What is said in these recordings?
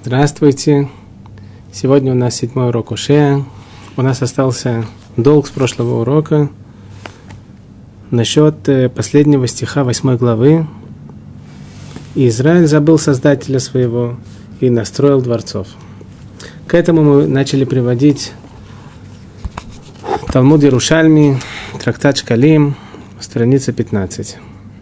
Здравствуйте! Сегодня у нас 7-й урок Ошея. У нас остался долг с прошлого урока насчет последнего стиха 8 главы. «И Израиль забыл Создателя своего и настроил дворцов». К этому мы начали приводить Талмуд Иерушальми, трактат Шкалим, страница 15.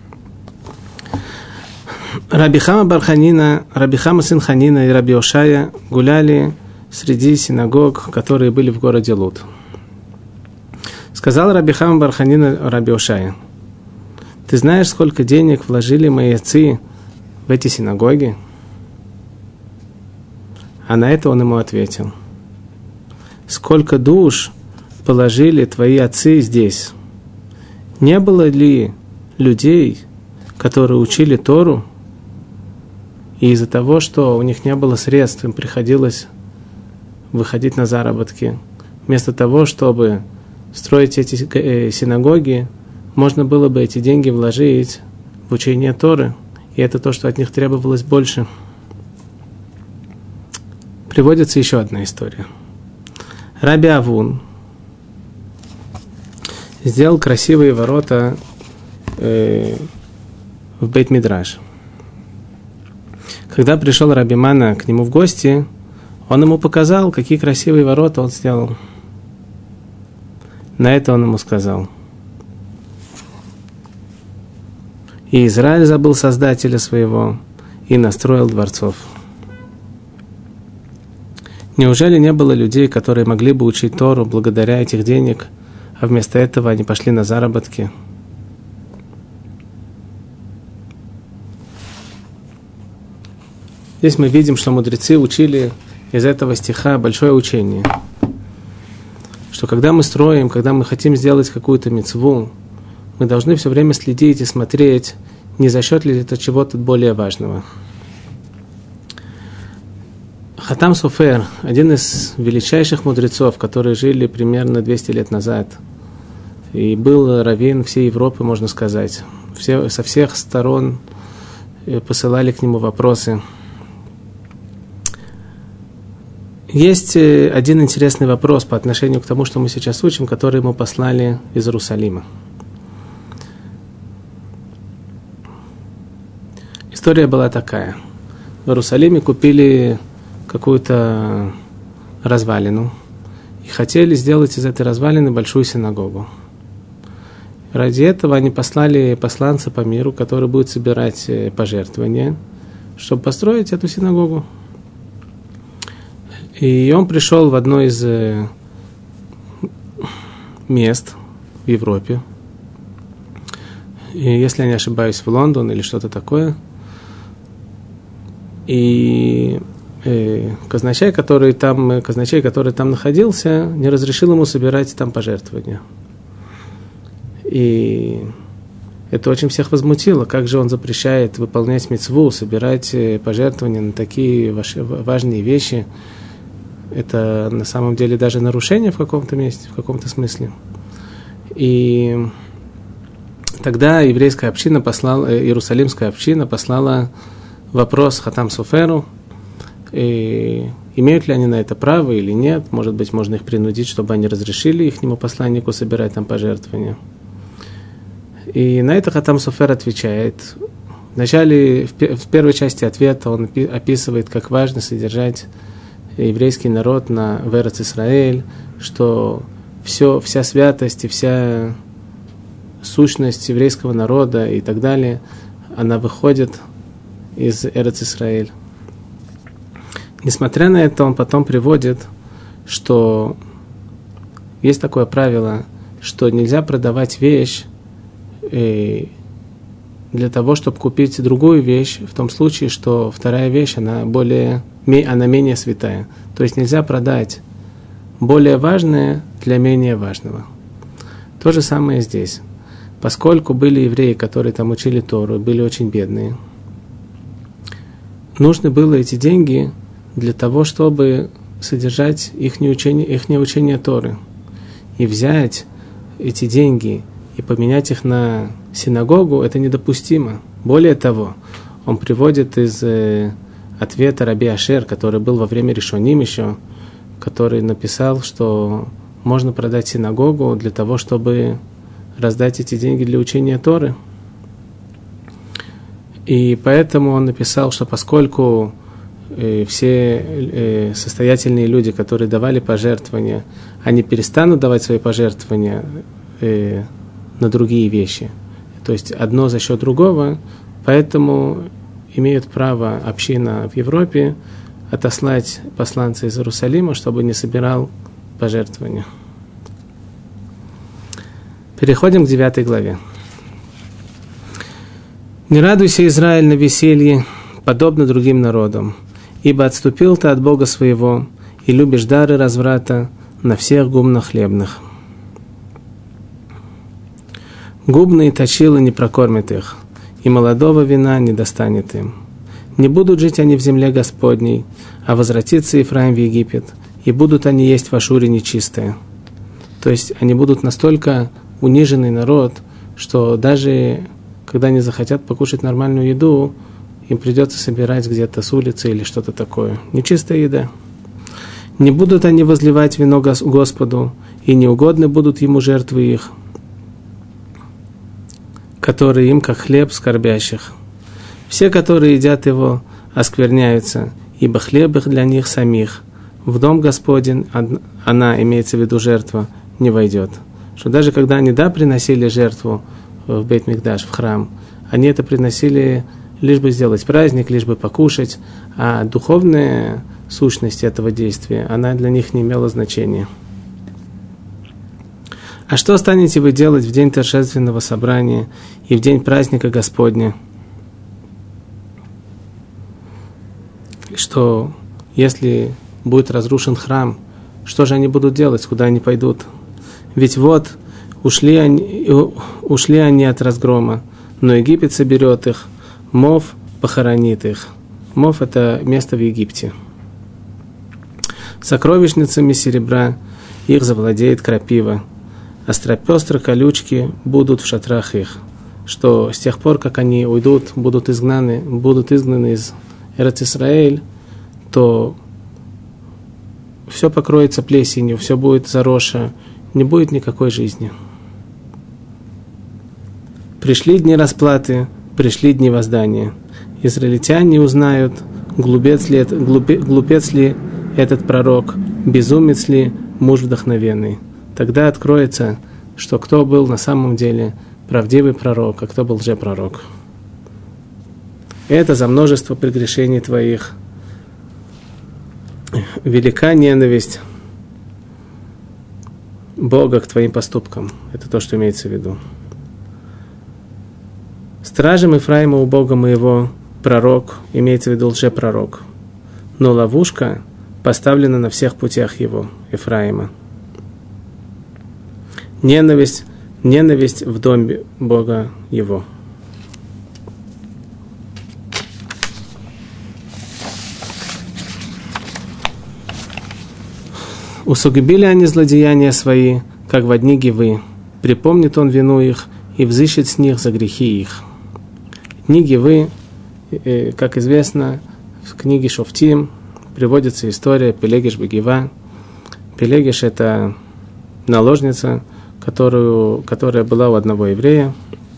Раби Хама бар Ханина, Раби Хама сын Ханина и Раби Ошая гуляли среди синагог, которые были в городе Луд. Сказал Раби Хама бар Ханина Раби Ошая: «Ты знаешь, сколько денег вложили мои отцы в эти синагоги?» А на это он ему ответил: «Сколько душ положили твои отцы здесь? Не было ли людей, которые учили Тору, и из-за того, что у них не было средств, им приходилось выходить на заработки, вместо того, чтобы строить эти синагоги, можно было бы эти деньги вложить в учение Торы, и это то, что от них требовалось больше». Приводится еще одна история. Раби Авун сделал красивые ворота в Бейт-Мидраш. Когда пришел Раби Мана к нему в гости, он ему показал, какие красивые ворота он сделал. На это он ему сказал: «И Израиль забыл Создателя своего и настроил дворцов». Неужели не было людей, которые могли бы учить Тору благодаря этих денег, а вместо этого они пошли на заработки? Здесь мы видим, что мудрецы учили из этого стиха большое учение, что когда мы строим, когда мы хотим сделать какую-то мицву, мы должны все время следить и смотреть, не за счет ли это чего-то более важного. Хатам Софер, один из величайших мудрецов, которые жили примерно 200 лет назад, и был раввин всей Европы, можно сказать. Со всех сторон посылали к нему вопросы. Есть один интересный вопрос по отношению к тому, что мы сейчас учим, который ему послали из Иерусалима. История была такая. В Иерусалиме купили какую-то развалину и хотели сделать из этой развалины большую синагогу. Ради этого они послали посланца по миру, который будет собирать пожертвования, чтобы построить эту синагогу. И он пришел в одно из мест в Европе, и, если я не ошибаюсь, в Лондон или что-то такое. И казначей, который там находился, не разрешил ему собирать там пожертвования. И это очень всех возмутило. Как же он запрещает выполнять мицву, собирать пожертвования на такие важные вещи? Это на самом деле даже нарушение в каком-то месте, в каком-то смысле. И тогда еврейская община Иерусалимская община послала вопрос Хатам Соферу, имеют ли они на это право или нет. Может быть, можно их принудить, чтобы они разрешили ихнему посланнику собирать там пожертвования. И на это Хатам Софер отвечает. Вначале, в первой части ответа он описывает, как важно содержать еврейский народ в Эрец-Исраэль, что вся святость и вся сущность еврейского народа и так далее, она выходит из Эрец-Исраэль. Несмотря на это, он потом приводит, что есть такое правило, что нельзя продавать вещь для того, чтобы купить другую вещь, в том случае, что вторая вещь, она менее святая. То есть нельзя продать более важное для менее важного. То же самое здесь. Поскольку были евреи, которые там учили Тору, были очень бедные, нужно было эти деньги для того, чтобы содержать их учение Торы. И взять эти деньги и поменять их на синагогу, это недопустимо. Более того, он приводит из ответа Раби Ашер, который был во время Ришоним еще, который написал, что можно продать синагогу для того, чтобы раздать эти деньги для учения Торы. И поэтому он написал, что поскольку все состоятельные люди, которые давали пожертвования, они перестанут давать свои пожертвования на другие вещи. То есть одно за счет другого, поэтому имеют право община в Европе отослать посланца из Иерусалима, чтобы не собирал пожертвования. Переходим к 9 главе. «Не радуйся, Израиль, на веселье, подобно другим народам, ибо отступил ты от Бога своего, и любишь дары разврата на всех гумнах хлебных. Губные точилы не прокормят их, и молодого вина не достанет им. Не будут жить они в земле Господней, а возвратится Ефраим в Египет, и будут они есть в Ашуре нечистое». То есть они будут настолько униженный народ, что даже когда они захотят покушать нормальную еду, им придется собирать где-то с улицы или что-то такое. Нечистая еда. «Не будут они возливать вино Господу, и неугодны будут ему жертвы их, которые им, как хлеб скорбящих. Все, которые едят его, оскверняются, ибо хлеб их для них самих. В дом Господень, она, имеется в виду жертва, не войдет». Что даже когда они, приносили жертву в Бейт-Микдаш, в храм, они это приносили лишь бы сделать праздник, лишь бы покушать, а духовная сущность этого действия, она для них не имела значения. «А что станете вы делать в день торжественного собрания и в день праздника Господня? Что если будет разрушен храм, что же они будут делать, куда они пойдут? Ведь вот ушли они от разгрома, но Египет соберет их, Мов похоронит их». Мов – это место в Египте. «Сокровищницами серебра их завладеет крапива, остропестры колючки будут в шатрах их». Что с тех пор, как они уйдут, будут изгнаны из Эрец-Исраэль, то все покроется плесенью, все будет заросшее, не будет никакой жизни. «Пришли дни расплаты, пришли дни воздания. Израильтяне узнают, глупец ли этот пророк, безумец ли муж вдохновенный. Тогда откроется, что кто был на самом деле правдивый пророк, а кто был лжепророк. Это за множество прегрешений твоих. Велика ненависть Бога к твоим поступкам». Это то, что имеется в виду. «Стражем Ефраима у Бога моего пророк», имеется в виду лжепророк, «но ловушка поставлена на всех путях его, Ефраима. Ненависть в доме Бога его». «Усугубили они злодеяния свои, как во дни Гивы. Припомнит он вину их и взыщет с них за грехи их». Дни Гивы, как известно, в книге Шофтим приводится история Пелегеш бе-Гива. Пелегеш – это наложница, которая была у одного еврея,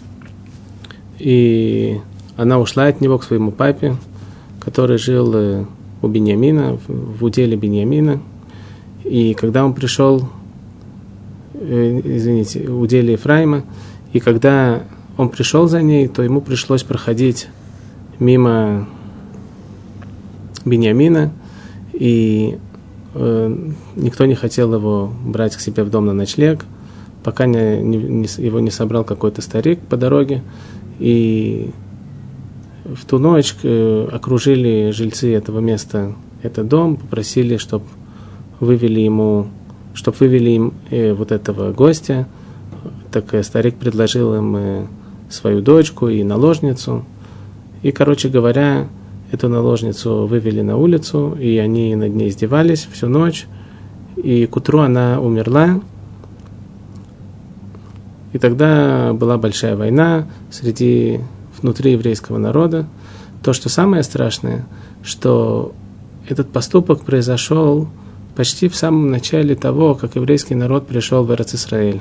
и она ушла от него к своему папе, который жил у Биньямина, в уделе Биньямина. И когда он пришел, в уделе Ефраима, и когда он пришел за ней, то ему пришлось проходить мимо Биньямина, и никто не хотел его брать к себе в дом на ночлег, пока его не собрал какой-то старик по дороге. И в ту ночь окружили жильцы этого места этот дом, попросили, чтобы вывели им вот этого гостя. Так старик предложил им свою дочку и наложницу. И, короче говоря, эту наложницу вывели на улицу, и они над ней издевались всю ночь. И к утру она умерла. И тогда была большая война внутри еврейского народа. То, что самое страшное, что этот поступок произошел почти в самом начале того, как еврейский народ пришел в Эрец-Исраэль.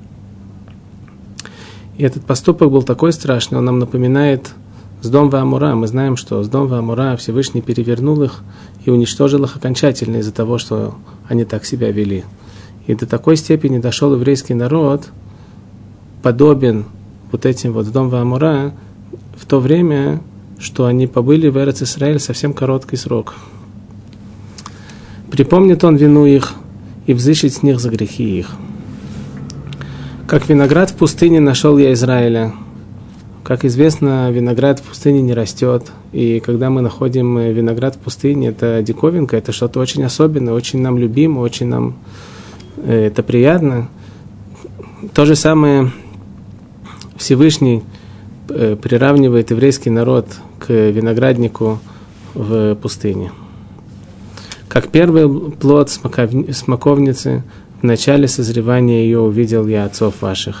И этот поступок был такой страшный, он нам напоминает Сдом ва Амора. Мы знаем, что Сдом ва Амора Всевышний перевернул их и уничтожил их окончательно из-за того, что они так себя вели. И до такой степени дошел еврейский народ, подобен вот этим вот Сдом ва Амора, в то время, что они побыли в Эрец-Исраэль совсем короткий срок. Припомнит он вину их и взыщет с них за грехи их. Как виноград в пустыне нашел я Израиля. Как известно, виноград в пустыне не растет. И когда мы находим виноград в пустыне, это диковинка, это что-то очень особенное, очень нам любимо, очень нам это приятно. То же самое Всевышний приравнивает еврейский народ к винограднику в пустыне. Как первый плод смоковницы, в начале созревания ее увидел я отцов ваших.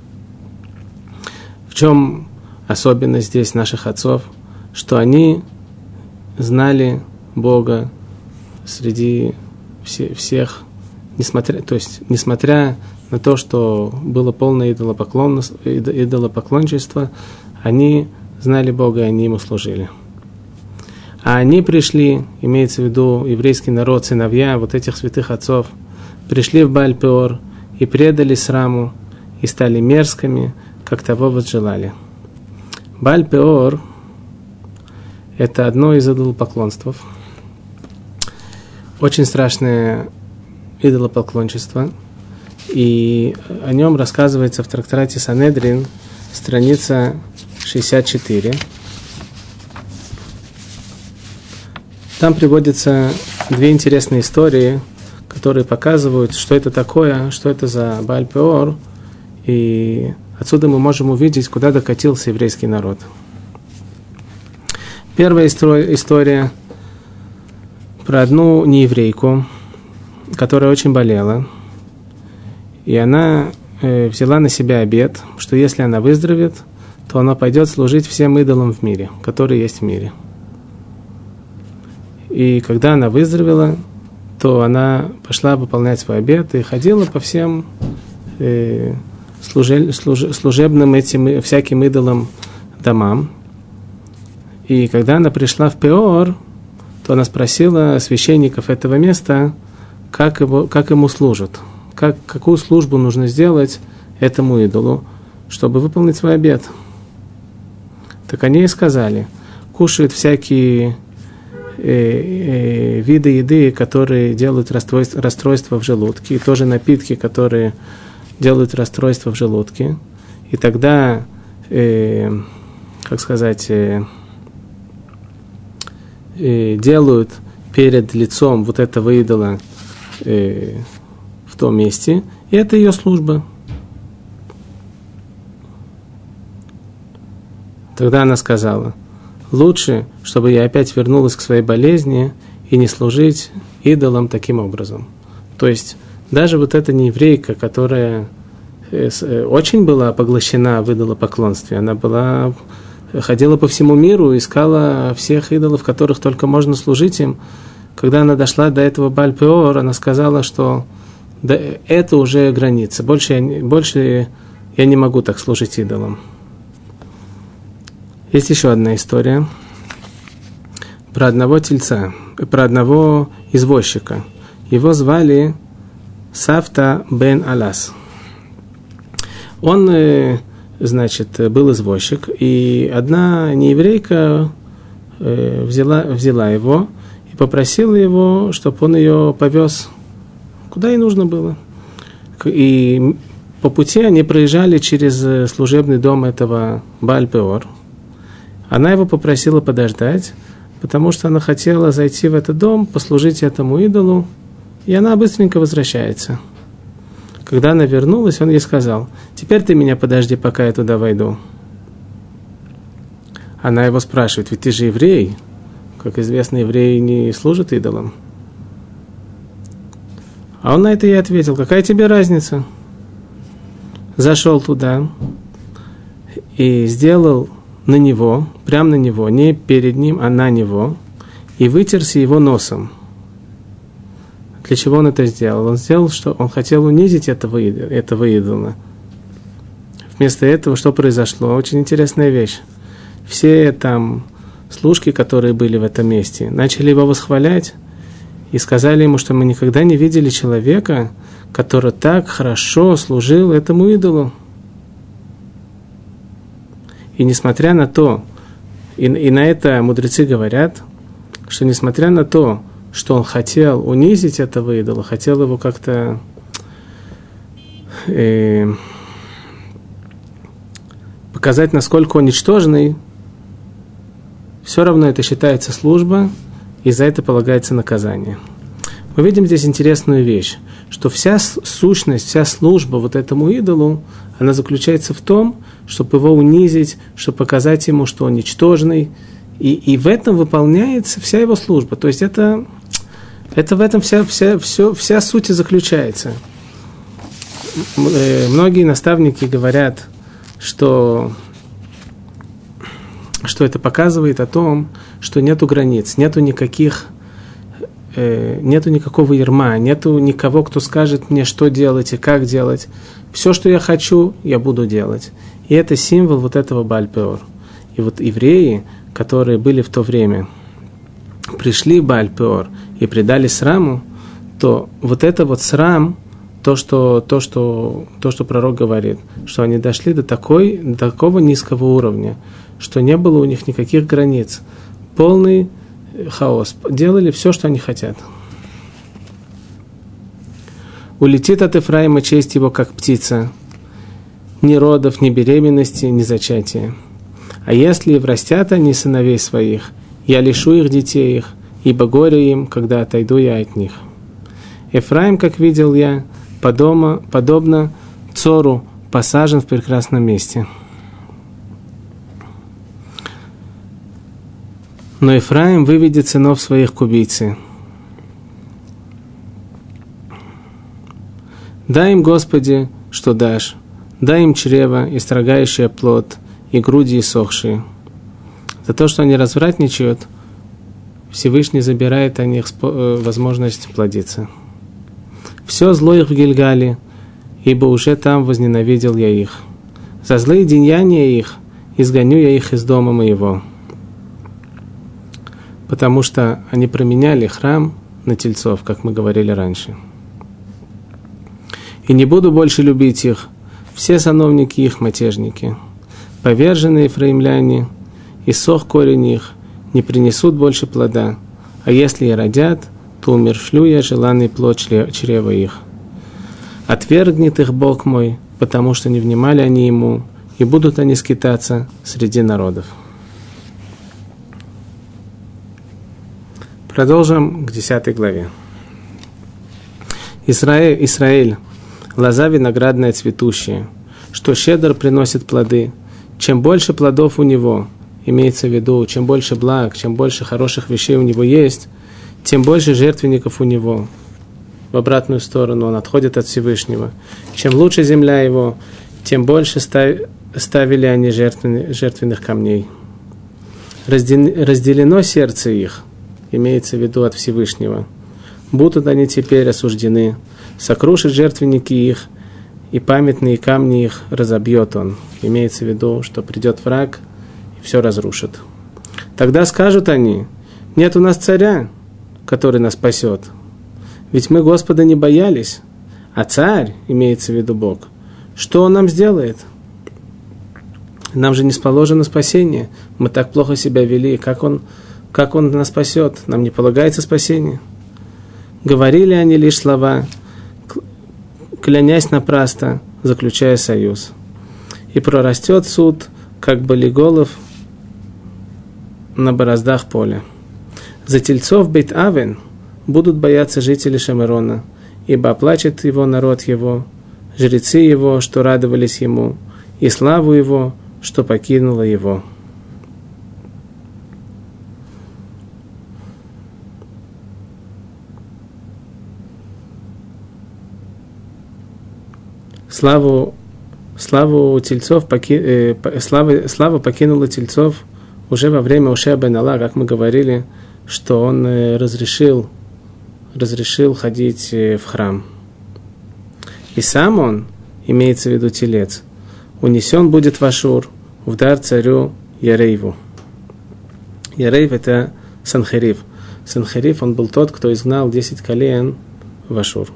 В чем особенность здесь наших отцов? Что они знали Бога среди всех, несмотря на то, что было полное идолопоклонничество, они знали Бога, и они ему служили. А они пришли, имеется в виду еврейский народ, сыновья вот этих святых отцов, пришли в Бааль-Пеор и предали сраму, и стали мерзкими, как того возжелали. Бааль-Пеор – это одно из идолопоклонств. Очень страшное идолопоклонничество. И о нем рассказывается в трактате Санедрин, страница 64. Там приводятся две интересные истории, которые показывают, что это такое, что это за Бааль-Пеор, и отсюда мы можем увидеть, куда докатился еврейский народ. Первая история про одну нееврейку, которая очень болела, и она взяла на себя обет, что если она выздоровеет, то она пойдет служить всем идолам в мире, которые есть в мире. И когда она выздоровела, то она пошла выполнять свой обет и ходила по всем служебным этим всяким идолам домам. И когда она пришла в Пеор, то она спросила священников этого места, как ему служат, какую службу нужно сделать этому идолу, чтобы выполнить свой обет. Так они ей сказали, кушают всякие виды еды, которые делают расстройство в желудке, и тоже напитки, которые делают расстройство в желудке. И тогда, делают перед лицом вот этого идола в том месте, и это ее служба. Тогда она сказала, лучше, чтобы я опять вернулась к своей болезни и не служить идолам таким образом. То есть, даже вот эта нееврейка, которая очень была поглощена в идолопоклонстве, она ходила по всему миру, искала всех идолов, которых только можно служить им. Когда она дошла до этого Бааль-Пеор, она сказала, что да, это уже граница, больше я не могу так служить идолам. Есть еще одна история про одного тельца, про одного извозчика. Его звали Сафта бен Алас. Он, был извозчик, и одна нееврейка взяла его и попросила его, чтобы он ее повез, куда ей нужно было. И по пути они проезжали через служебный дом этого Бааль-Пеор. Она его попросила подождать, потому что она хотела зайти в этот дом, послужить этому идолу, и она быстренько возвращается. Когда она вернулась, он ей сказал, теперь ты меня подожди, пока я туда войду. Она его спрашивает, ведь ты же еврей. Как известно, евреи не служат идолам. А он на это ей ответил, какая тебе разница? Зашел туда и сделал на него, прямо на него, не перед ним, а на него, и вытерся его носом. Для чего он это сделал? Он сделал, что он хотел унизить этого идола. Вместо этого что произошло? Очень интересная вещь. Все там служки, которые были в этом месте, начали его восхвалять и сказали ему, что мы никогда не видели человека, который так хорошо служил этому идолу. И несмотря на то, и на это мудрецы говорят, что несмотря на то, что он хотел унизить этого идола, хотел его как-то показать, насколько он ничтожный, все равно это считается служба, и за это полагается наказание. Мы видим здесь интересную вещь, что вся сущность, вся служба вот этому идолу, она заключается в том, чтобы его унизить, чтобы показать ему, что он ничтожный, и в этом выполняется вся его служба. То есть это в этом вся суть и заключается. Многие наставники говорят, что это показывает о том, что нету границ, нету никакого ярма, нету никого, кто скажет мне, что делать и как делать. Все, что я хочу, я буду делать. И это символ вот этого Бааль-Пеор. И вот евреи, которые были в то время, пришли в Бааль-Пеор и предали сраму, то вот это вот срам, то, что пророк говорит, что они дошли до такого низкого уровня, что не было у них никаких границ, полный хаос, делали все, что они хотят. Улетит от Ефраима честь его, как птица, ни родов, ни беременности, ни зачатия. А если и врастят они сыновей своих, я лишу их детей их, ибо горе им, когда отойду я от них. Ефраим, как видел я, подобно цору, посажен в прекрасном месте. Но Ефраим выведет сынов своих к убийце. Дай им, Господи, что дашь, дай им чрево, истрогающее плод, и груди иссохшие. За то, что они развратничают, Всевышний забирает у них возможность плодиться. Все зло их в Гильгале, ибо уже там возненавидел я их. За злые деяния их изгоню я их из дома моего. Потому что они променяли храм на тельцов, как мы говорили раньше. И не буду больше любить их, все сановники их мятежники. Поверженные ефраимляне, иссох корень их, не принесут больше плода, а если и родят, то умершлю я желанный плод чрева их. Отвергнет их Бог мой, потому что не внимали они ему, и будут они скитаться среди народов. Продолжим к 10 главе. Израиль, лоза виноградная цветущая, что щедро приносит плоды. Чем больше плодов у него, имеется в виду, чем больше благ, чем больше хороших вещей у него есть, тем больше жертвенников у него. В обратную сторону он отходит от Всевышнего. Чем лучше земля его, тем больше ставили они жертвенных камней. Разделено сердце их, имеется в виду от Всевышнего. Будут они теперь осуждены, сокрушит жертвенники их, и памятные камни их разобьет он. Имеется в виду, что придет враг и все разрушит. Тогда скажут они: нет у нас царя, который нас спасет. Ведь мы Господа не боялись, а царь, имеется в виду Бог, что он нам сделает? Нам же не положено спасение, мы так плохо себя вели, как он нас спасет? Нам не полагается спасение. Говорили они лишь слова, клянясь напрасно, заключая союз. И прорастет суд, как болиголов на бороздах поля. За тельцов Бейт-Авен будут бояться жители Шамирона, ибо оплачет его народ его, жрецы его, что радовались ему, и славу его, что покинула его. Слава покинула тельцов уже во время Ошея бен Ала, как мы говорили, что он разрешил ходить в храм. И сам он, имеется в виду телец, унесен будет в Ашур, в дар царю Ярейву. Ярейв – это Санхерив. Санхерив, он был тот, кто изгнал 10 колен в Ашур.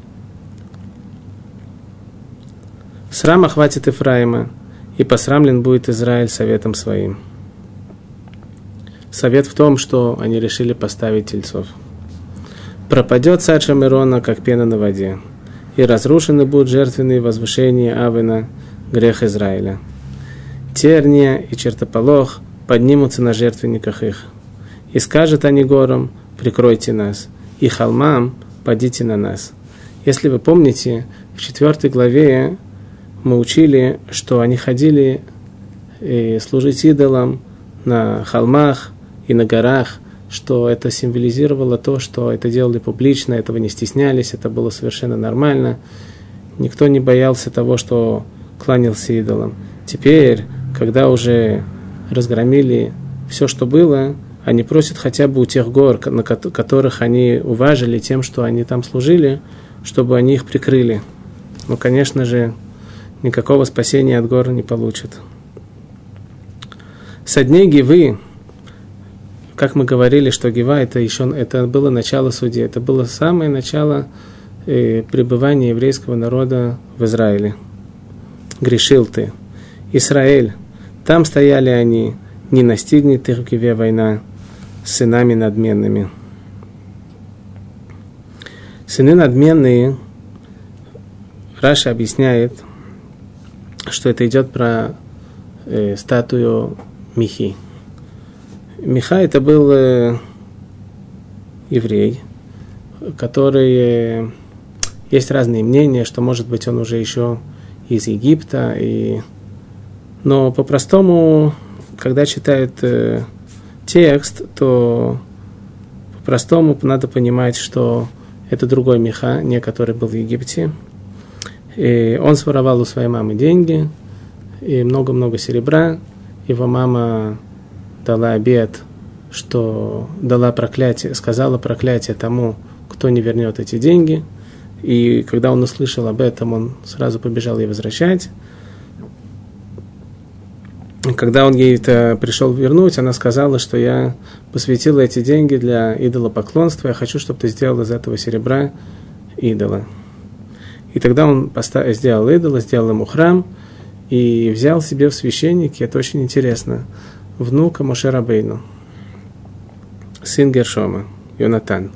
Срама хватит Ефраима, и посрамлен будет Израиль советом своим. Совет в том, что они решили поставить тельцов. Пропадет царь Шамирона, как пена на воде, и разрушены будут жертвенные возвышения Авена, грех Израиля. Терния и чертополох поднимутся на жертвенниках их. И скажут они горам: прикройте нас, и холмам: падите на нас. Если вы помните, в 4 главе мы учили, что они ходили служить идолам на холмах и на горах, что это символизировало то, что это делали публично, этого не стеснялись, это было совершенно нормально. Никто не боялся того, что кланялся идолам. Теперь, когда уже разгромили все, что было, они просят хотя бы у тех гор, на которых они уважили тем, что они там служили, чтобы они их прикрыли. Но, конечно же, никакого спасения от гор не получат. Со дней Гивы, как мы говорили, что Гива это было начало судьи, это было самое начало пребывания еврейского народа в Израиле. Грешил ты, Израиль, там стояли они, не настигнет их в Гиве война с сынами надменными. Сыны надменные, Раша объясняет, что это идет про статую Михи. Миха это был еврей, который, есть разные мнения, что может быть он уже еще из Египта, но по-простому, когда читают текст, то по-простому надо понимать, что это другой Миха, не который был в Египте. И он своровал у своей мамы деньги и много-много серебра. Его мама дала обет, что дала проклятие, сказала проклятие тому, кто не вернет эти деньги. И когда он услышал об этом, он сразу побежал ей возвращать. Когда он ей это пришел вернуть, она сказала, что я посвятила эти деньги для идолопоклонства, я хочу, чтобы ты сделал из этого серебра идола. И тогда он сделал идола, сделал ему храм и взял себе в священники, это очень интересно, внука Моше Рабейну, сын Гершома, Йонатан.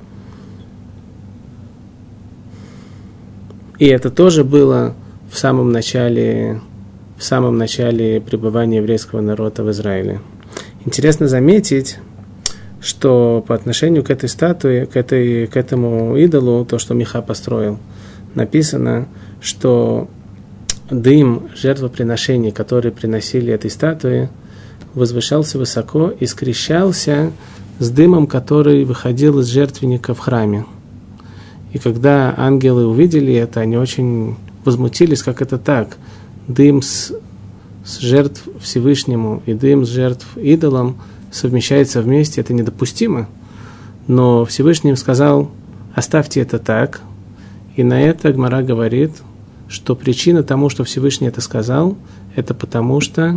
И это тоже было в самом начале пребывания еврейского народа в Израиле. Интересно заметить, что по отношению к этой статуе, к этому идолу, то, что Миха построил, написано, что дым жертвоприношений, которые приносили этой статуе, возвышался высоко и скрещался с дымом, который выходил из жертвенника в храме. И когда ангелы увидели это, они очень возмутились, как это так. Дым с жертв Всевышнему и дым с жертв идолам совмещается вместе, это недопустимо. Но Всевышний им сказал: оставьте это так. И на это Гмара говорит, что причина тому, что Всевышний это сказал, это потому что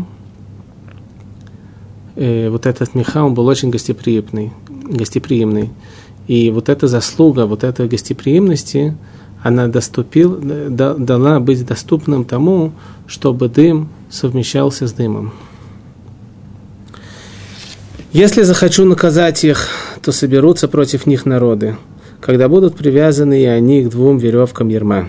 вот этот Миха, он был очень гостеприимный. И вот эта заслуга, вот этой гостеприимности, она дала быть доступным тому, чтобы дым совмещался с дымом. Если захочу наказать их, то соберутся против них народы, когда будут привязаны и они к 2 веревкам ярма.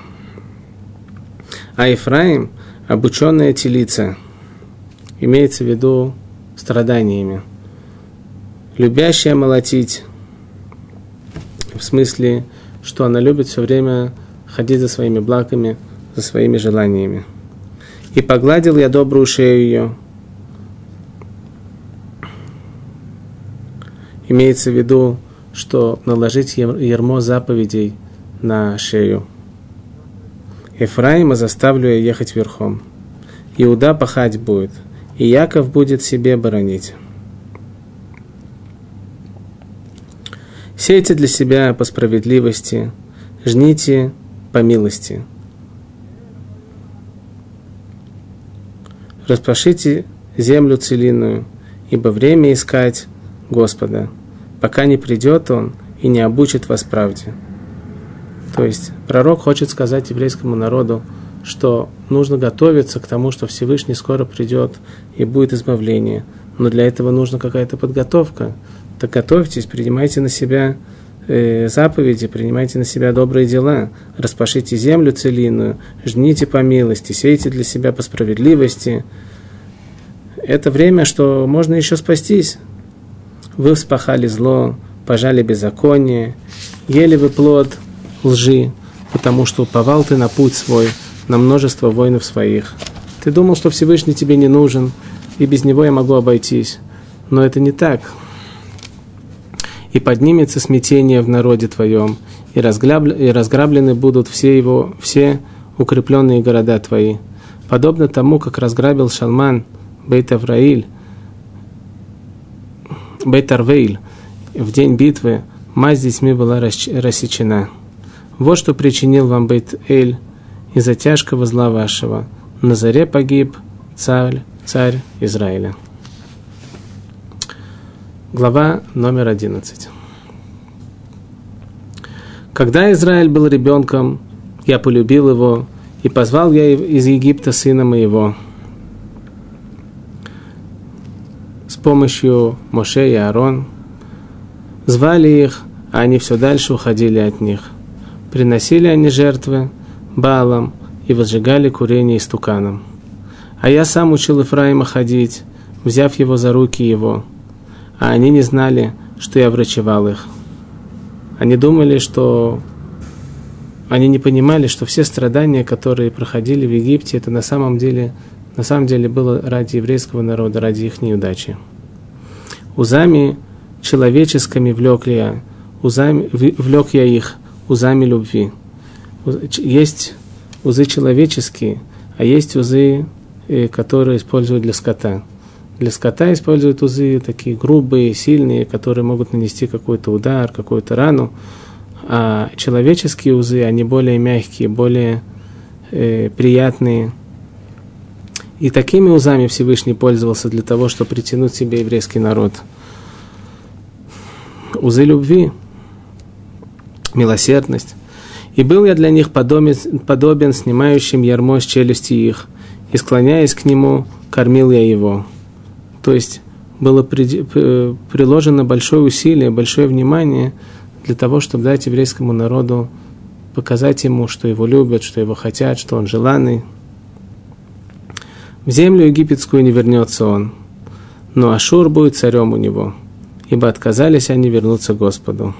А Ефраим – обученная телица, имеется в виду страданиями, любящая молотить, в смысле, что она любит все время ходить за своими благами, за своими желаниями. И погладил я добрую шею ее. Имеется в виду, что наложить ярмо заповедей на шею. Ефраима заставлю я ехать верхом. Иуда пахать будет, и Яков будет себе боронить. Сейте для себя по справедливости, жните по милости. Распашите землю целинную, ибо время искать Господа, пока не придет Он и не обучит вас правде. То есть пророк хочет сказать еврейскому народу, что нужно готовиться к тому, что Всевышний скоро придет и будет избавление. Но для этого нужна какая-то подготовка. Так готовьтесь, принимайте на себя заповеди, принимайте на себя добрые дела, распашите землю целинную, жните по милости, сейте для себя по справедливости. Это время, что можно еще спастись. Вы вспахали зло, пожали беззаконие, ели вы плод лжи, потому что уповал ты на путь свой, на множество воинов своих. Ты думал, что Всевышний тебе не нужен, и без него я могу обойтись. Но это не так. И поднимется смятение в народе твоем, и разграблены будут все укрепленные города твои. Подобно тому, как разграбил Шалман Бейт-Арвеиль в день битвы, мать с детьми была рассечена. Вот что причинил вам Бейт-Эль из-за тяжкого зла вашего. На заре погиб царь Израиля. Глава номер 11. Когда Израиль был ребенком, я полюбил его, и позвал я из Египта сына моего. С помощью Моше и Аарон звали их, а они все дальше уходили от них. Приносили они жертвы Баалам и возжигали курение истуканом. А я сам учил Ефраима ходить, взяв его за руки его. А они не знали, что я врачевал их. Они думали, что... Они не понимали, что все страдания, которые проходили в Египте, это на самом деле было ради еврейского народа, ради их неудачи. Узами человеческими влек я их, узами любви. Есть узы человеческие, а есть узы, которые используют для скота. Для скота используют узы такие грубые, сильные, которые могут нанести какой-то удар, какую-то рану. А человеческие узы, они более мягкие, более приятные. И такими узами Всевышний пользовался для того, чтобы притянуть к себе еврейский народ. Узы любви, милосердность. И был я для них подобен снимающим ярмо с челюсти их, и, склоняясь к нему, кормил я его. То есть было приложено большое усилие, большое внимание для того, чтобы дать еврейскому народу, показать ему, что его любят, что его хотят, что он желанный. В землю египетскую не вернется он, но Ашур будет царем у него, ибо отказались они вернуться к Господу.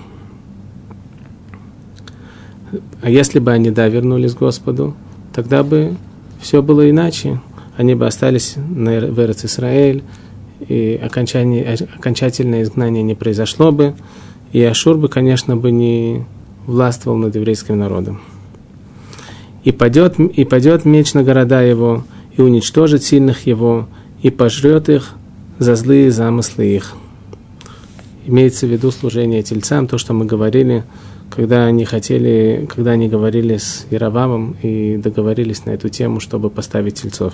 А если бы они, вернулись к Господу, тогда бы все было иначе. Они бы остались в Эрец-Исраэль, и окончательное изгнание не произошло бы, и Ашур бы, конечно, не властвовал над еврейским народом. И падет меч на города его, и уничтожит сильных его, и пожрет их за злые замыслы их. Имеется в виду служение тельцам, то, что мы говорили, когда они говорили с Яровамом и договорились на эту тему, чтобы поставить тельцов.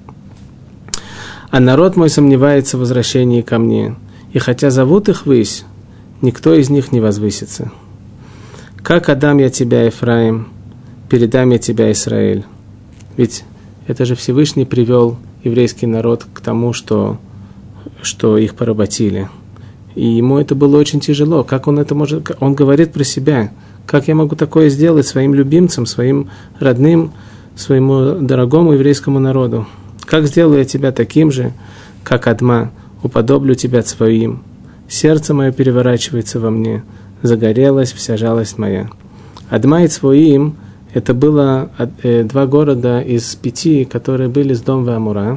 А народ мой сомневается в возвращении ко мне, и хотя зовут их ввысь, никто из них не возвысится. Как отдам я тебя, Ефраим, передам я тебя, Израиль. Ведь это же Всевышний привел еврейский народ к тому, что их поработили. И ему это было очень тяжело. Как он это может? Он говорит про себя. Как я могу такое сделать своим любимцам, своим родным, своему дорогому еврейскому народу? Как сделаю я тебя таким же, как Адма, уподоблю тебя своим? Сердце мое переворачивается во мне, загорелась вся жалость моя. Адма и Цвоим – это было 2 города из 5, которые были с Дом Амура.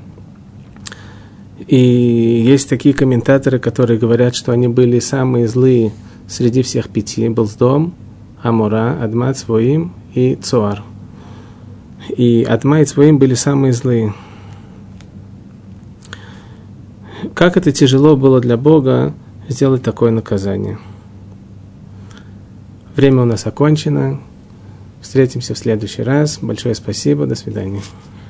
И есть такие комментаторы, которые говорят, что они были самые злые среди всех 5. Был Сдом, Амура, Адма, Цвоим и Цоар. И Адма и Цвоим были самые злые. Как это тяжело было для Бога сделать такое наказание. Время у нас окончено. Встретимся в следующий раз. Большое спасибо. До свидания.